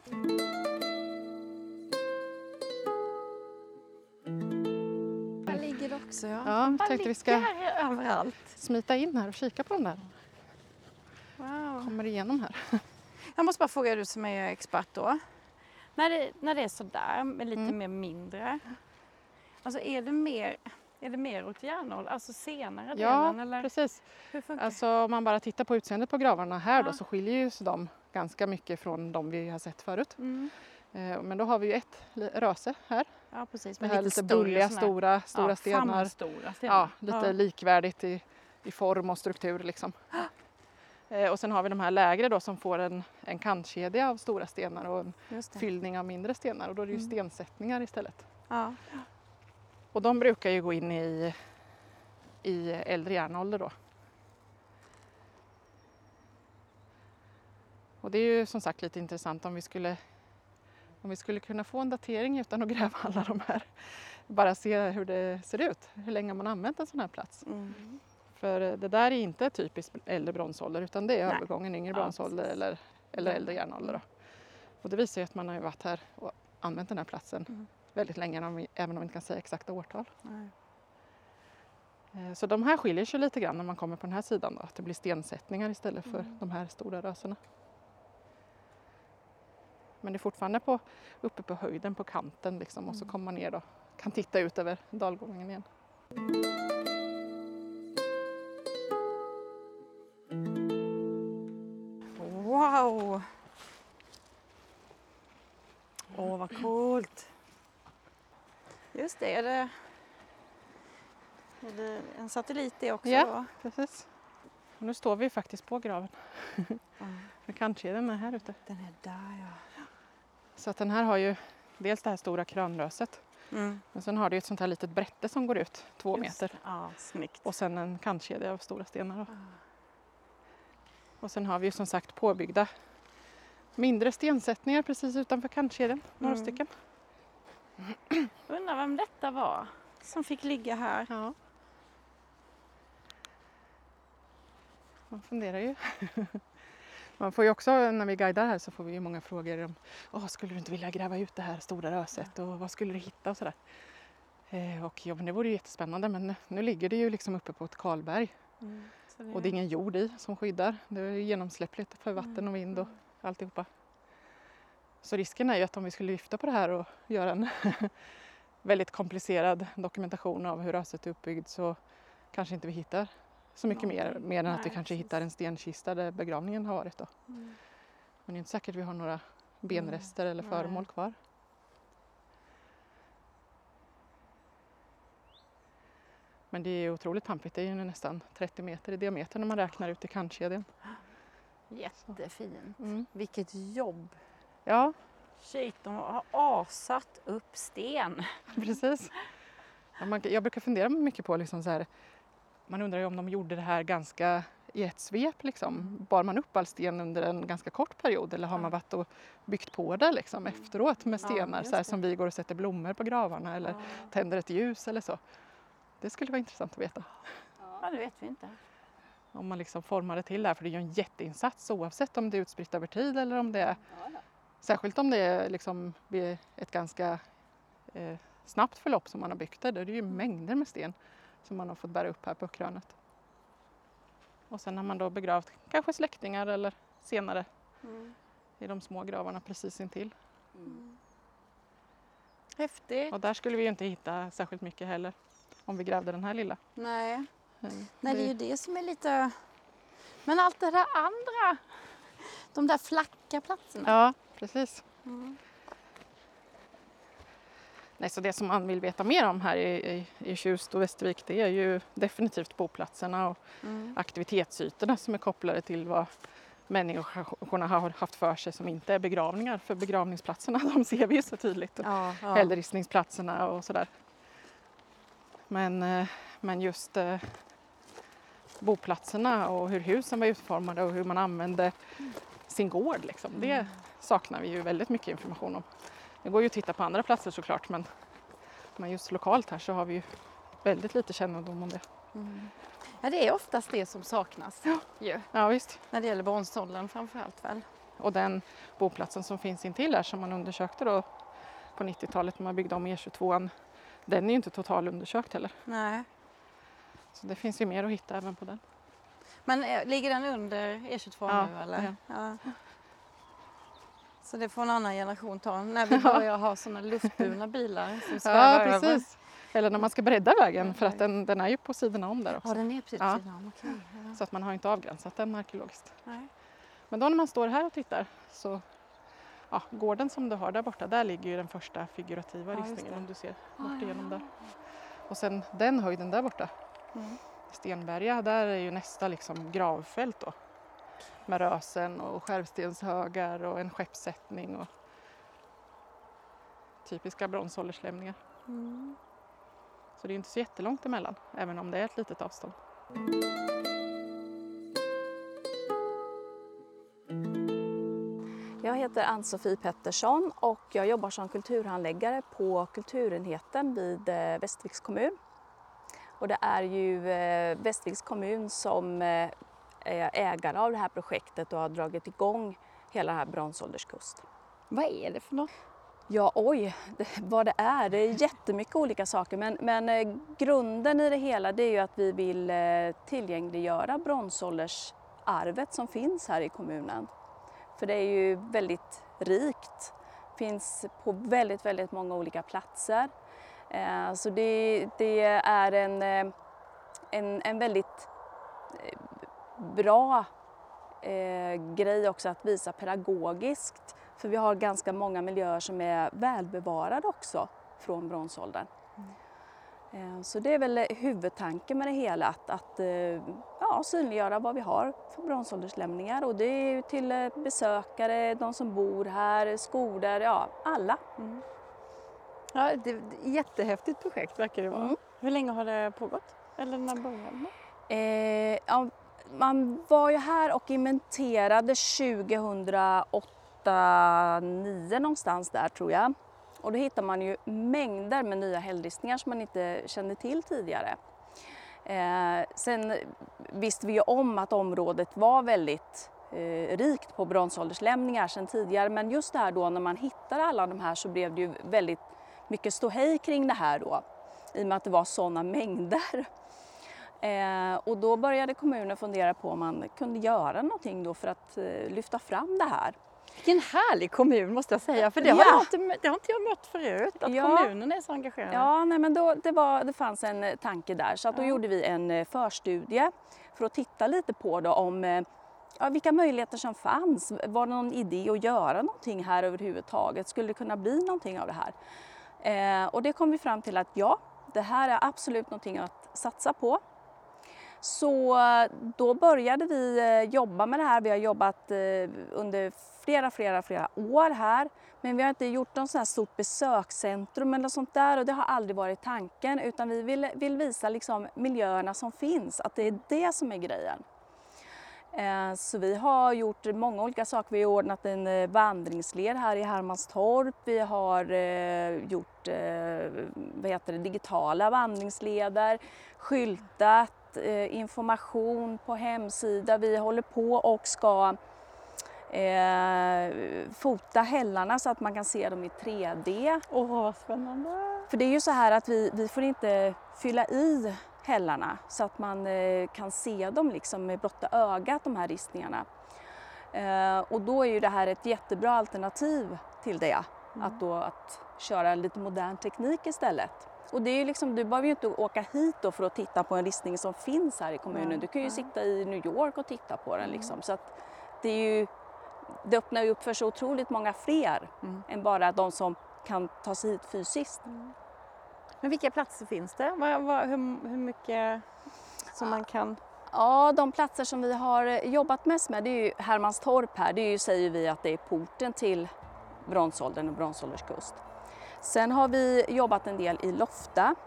Här ligger det också. Ja, ja, De bara tänkte vi ska ligger överallt. smita in här och kika på den där. Wow. Kommer igenom här. Jag måste bara fråga, du som är expert då. När det, när det är sådär med lite Mm. mer mindre. Alltså är det mer, är det mer åt järnåldern, alltså senare Ja, delen? Eller precis. hur funkar Alltså om man bara tittar på utseendet på gravarna här då, Ja. så skiljer ju sig de ganska mycket från de vi har sett förut. det? Mm. Eh, Men då har vi ju ett li- röse här. Ja, precis. Det Men här lite större bulliga, sån här- stora, stora ja, stenar. famnstora stenar. Ja, lite likvärdigt i, i form och struktur liksom. Eh, Och sen har vi de här lägre då som får en, en kantkedja av stora stenar och en Just det. fyllning av mindre stenar. Och då är det ju Mm. stensättningar istället. Ja. Och de brukar ju gå in i, i äldre järnålder då. Och det är ju som sagt lite intressant om vi skulle, om vi skulle kunna få en datering utan att gräva alla de här. Bara se hur det ser ut, hur länge man har använt en sån här plats. Mm. För det där är inte typiskt äldre bronsålder utan det är Nej. övergången yngre Ja, bronsålder precis. eller, eller Ja. äldre järnålder. Då. Och det visar ju att man har ju varit här och använt den här platsen Mm. väldigt länge, om vi, även om vi inte kan säga exakta årtal. Nej. Eh, Så de här skiljer sig lite grann när man kommer på den här sidan då, att det blir stensättningar istället för Mm. de här stora röserna. Men det är fortfarande på, uppe på höjden, på kanten liksom, och så Mm. kommer man ner då, kan titta ut över dalgången igen. Wow! Åh, vad coolt! Just det, är det... Är det en satellit det också Ja. då? Precis. Och nu står vi faktiskt på graven. Mm. Men kanske den är här ute. Den är där ja. Så att den här har ju dels det här stora krönröset. Mm. Men sen har det ju ett sånt här litet brätte som går ut två Just meter. det. Ja, snyggt. Och sen en kantkedja av stora stenar. Då. Ah. Och sen har vi ju som sagt påbyggda mindre stensättningar precis utanför kantkedjan. Några Mm. stycken. Undrar vem detta var som fick ligga här. Ja. Man funderar ju. Man får ju också, när vi guidar här så får vi ju många frågor om Åh, skulle du inte vilja gräva ut det här stora röset och vad skulle du hitta och sådär. Eh, och ja, men det vore ju jättespännande, men nu ligger det ju liksom uppe på ett kalberg Mm. Så det... och det är ingen jord i som skyddar. Det är genomsläppligt för vatten och vind och alltihopa. Så risken är ju att om vi skulle lyfta på det här och göra en väldigt komplicerad dokumentation av hur röset är uppbyggt så kanske inte vi hittar så mycket mer, Någonting. mer än att Nej, vi kanske precis. hittar en stenkista där begravningen har varit då. Mm. Men det är inte säkert att vi har några benrester eller Nej. föremål kvar. Men det är otroligt pampigt, det är ju nästan trettio meter i diameter när man räknar ut i kantkedjan. Jättefint. Mm. Vilket jobb. Ja, Shit, de har asat upp sten. precis. Ja, man, jag brukar fundera mycket på liksom så här, man undrar ju om de gjorde det här ganska i ett svep liksom. Bar man upp all sten under en ganska kort period eller har man varit och byggt på det liksom efteråt med Ja, stenar just så här, det. som vi går och sätter blommor på gravarna eller Ja. tänder ett ljus eller så. Det skulle vara intressant att veta. Ja, det vet vi inte. Om man liksom formar det till det här, för det är ju en jätteinsats oavsett om det är utspritt över tid eller om det är, särskilt om det är liksom vid ett ganska eh, snabbt förlopp som man har byggt det, då är det ju mängder med sten som man har fått bära upp här på krönet. Och sen har man då begravt kanske släktingar eller senare Mm. i de små gravarna precis intill. Häftigt. Och där skulle vi ju inte hitta särskilt mycket heller om vi grävde den här lilla. Nej. Mm. Nej, det är ju det som är lite... Men allt det där andra, de där flacka platserna. Ja, precis. Mm. Nej, så det som man vill veta mer om här i, i, i Tjust och Västervik, det är ju definitivt boplatserna och Mm. aktivitetsytorna som är kopplade till vad människorna har haft för sig som inte är begravningar. För begravningsplatserna, de ser vi ju så tydligt. Och Ja, ja. hällristningsplatserna och sådär. Men, eh, men just eh, boplatserna och hur husen var utformade och hur man använde sin gård, liksom, det saknar vi ju väldigt mycket information om. Det går ju att titta på andra platser såklart, men, men just lokalt här så har vi ju väldigt lite kännedom om det. Mm. Ja, det är oftast det som saknas. Ja. Ju. Ja visst. När det gäller bronsåldern framförallt väl. Och den boplatsen som finns intill här som man undersökte då på nittiotalet när man byggde om E tjugotvåan, den är ju inte totalundersökt heller. Nej. Så det finns ju mer att hitta även på den. Men eh, ligger den under E tjugotvå Ja, nu eller? ja. Ja. Så det får en annan generation ta när vi börjar ha sådana luftburna bilar som Ja, svävar över. precis. Eller när man ska bredda vägen för att den, den är ju på sidorna om där också. Ja, den är precis Ja. sidan om. Okej. Ja. Så att man har inte avgränsat den arkeologiskt. Nej. Men då när man står här och tittar så, ja, gården som du har där borta, där ligger ju den första figurativa Ja, just ristningen det. om du ser Ah, bort ja. igenom där. Och sen den höjden där borta, Mm. Stenberga, där är ju nästa liksom gravfält då. Med rösen och skärvstenshögar och en skeppssättning och typiska bronsålderslämningar. Mm. Så det är inte så jättelångt emellan, även om det är ett litet avstånd. Jag heter Ann-Sofie Pettersson och jag jobbar som kulturhandläggare på kulturenheten vid eh, Västerviks kommun. Och det är ju eh, Västerviks kommun som eh, är ägare av det här projektet och har dragit igång hela den här bronsålderskust. Vad är det för något? Ja, oj, det, vad det är. Det är jättemycket olika saker, men, men eh, grunden i det hela det är ju att vi vill eh, tillgängliggöra bronsåldersarvet som finns här i kommunen. För det är ju väldigt rikt, finns på väldigt, väldigt många olika platser. Eh, så det, det är en, eh, en, en väldigt eh, bra eh, grej också att visa pedagogiskt. För vi har ganska många miljöer som är välbevarade också från bronsåldern. Så det är väl huvudtanken med det hela, att, att ja, synliggöra vad vi har för bronsålderslämningar. Och det är ju till besökare, de som bor här, skolor, ja alla. Mm. Ja, det är ett jättehäftigt projekt verkar det vara. Mm. Hur länge har det pågått? Eller när började det? Eh, ja, man var ju här och inventerade tjugohundraåtta nio någonstans där tror jag. Och då hittar man ju mängder med nya hällristningar som man inte kände till tidigare. Eh, sen visste vi ju om att området var väldigt eh, rikt på bronsålderslämningar sedan tidigare. Men just det här då när man hittade alla de här så blev det ju väldigt mycket ståhej kring det här då. I och med att det var sådana mängder. Eh, och då började kommunen fundera på om man kunde göra någonting då för att eh, lyfta fram det här. Vilken härlig kommun måste jag säga, för det har, ja. jag, inte, det har inte jag mött förut, att ja. kommunen är så engagerad. Ja, nej, men då, det, var, det fanns en tanke där, så att då ja. gjorde vi en förstudie för att titta lite på då om ja, vilka möjligheter som fanns. Var det någon idé att göra någonting här överhuvudtaget? Skulle det kunna bli någonting av det här? Eh, och det kom vi fram till att ja, det här är absolut någonting att satsa på. Så då började vi jobba med det här. Vi har jobbat under flera, flera, flera år här. Men vi har inte gjort någon sån här stort besökscentrum eller sånt där. Och det har aldrig varit tanken. Utan vi vill, vill visa liksom miljöerna som finns. Att det är det som är grejen. Så vi har gjort många olika saker. Vi har ordnat en vandringsled här i Hermanstorp. Vi har gjort vad heter det, digitala vandringsleder. Skyltat. Information på hemsida. Vi håller på och ska eh, fota hällarna så att man kan se dem i tre D. Åh, vad spännande! För det är ju så här att vi, vi får inte fylla i hällarna så att man eh, kan se dem liksom med blotta ögat, de här ristningarna. Eh, och då är ju det här ett jättebra alternativ till det. Mm. Att, då, att köra lite modern teknik istället. Och det är ju liksom, du behöver ju inte åka hit då för att titta på en ristning som finns här i kommunen. Du kan ju sitta i New York och titta på den. Liksom. Så att det, är ju, det öppnar ju upp för så otroligt många fler mm. än bara de som kan ta sig hit fysiskt. Mm. Men vilka platser finns det? Var, var, hur, hur mycket som man kan... Ja, de platser som vi har jobbat mest med, det är ju Hermanstorp här. Det är ju, säger vi att det är porten till bronsåldern och bronsålderskust. Sen har vi jobbat en del i Lofta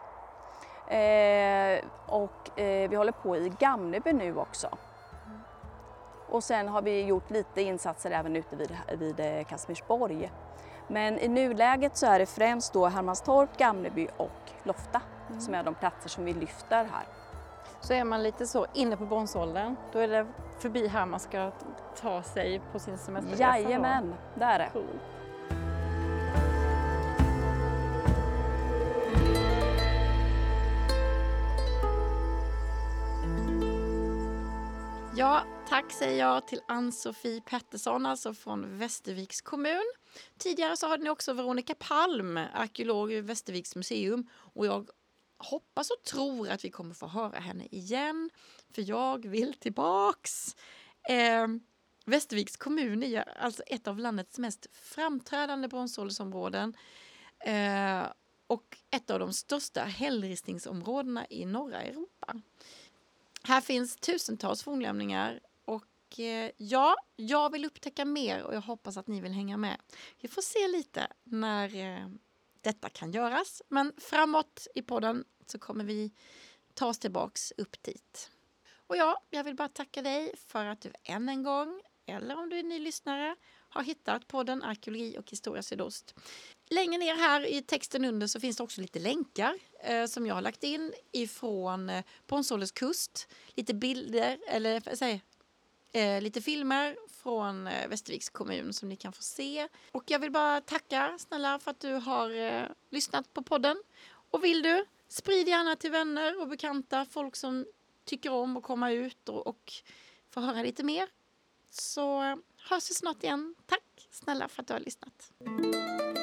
eh, och eh, vi håller på i Gamleby nu också. Mm. Och sen har vi gjort lite insatser även ute vid, vid Kasmersborg. Men i nuläget så är det främst då Hermanstorp, Gamleby och Lofta mm. som är de platser som vi lyfter här. Så är man lite så inne på bronsåldern, då är det förbi här man ska ta sig på sin semesterresa? Jajamän, det är det. Cool. Ja, tack säger jag till Ann-Sofie Pettersson, alltså från Västerviks kommun. Tidigare så hade ni också Veronica Palm, arkeolog i Västerviks museum. Och jag hoppas och tror att vi kommer få höra henne igen, för jag vill tillbaks. Eh, Västerviks kommun är alltså ett av landets mest framträdande bronsåldersområden. Eh, och ett av de största hällristningsområdena i norra Europa. Här finns tusentals fornlämningar och eh, ja, jag vill upptäcka mer och jag hoppas att ni vill hänga med. Vi får se lite när eh, detta kan göras, men framåt i podden så kommer vi ta oss tillbaks upp dit. Och ja, jag vill bara tacka dig för att du än en gång, eller om du är ny lyssnare, har hittat podden Arkeologi och historia sydost. Längre ner här i texten under så finns det också lite länkar eh, som jag har lagt in ifrån eh, bronsålderskust. Lite bilder, eller säg, eh, lite filmer från eh, Västerviks kommun som ni kan få se. Och jag vill bara tacka snälla för att du har eh, lyssnat på podden. Och vill du, sprid gärna till vänner och bekanta, folk som tycker om att komma ut och, och få höra lite mer. Så hörs vi snart igen. Tack snälla för att du har lyssnat.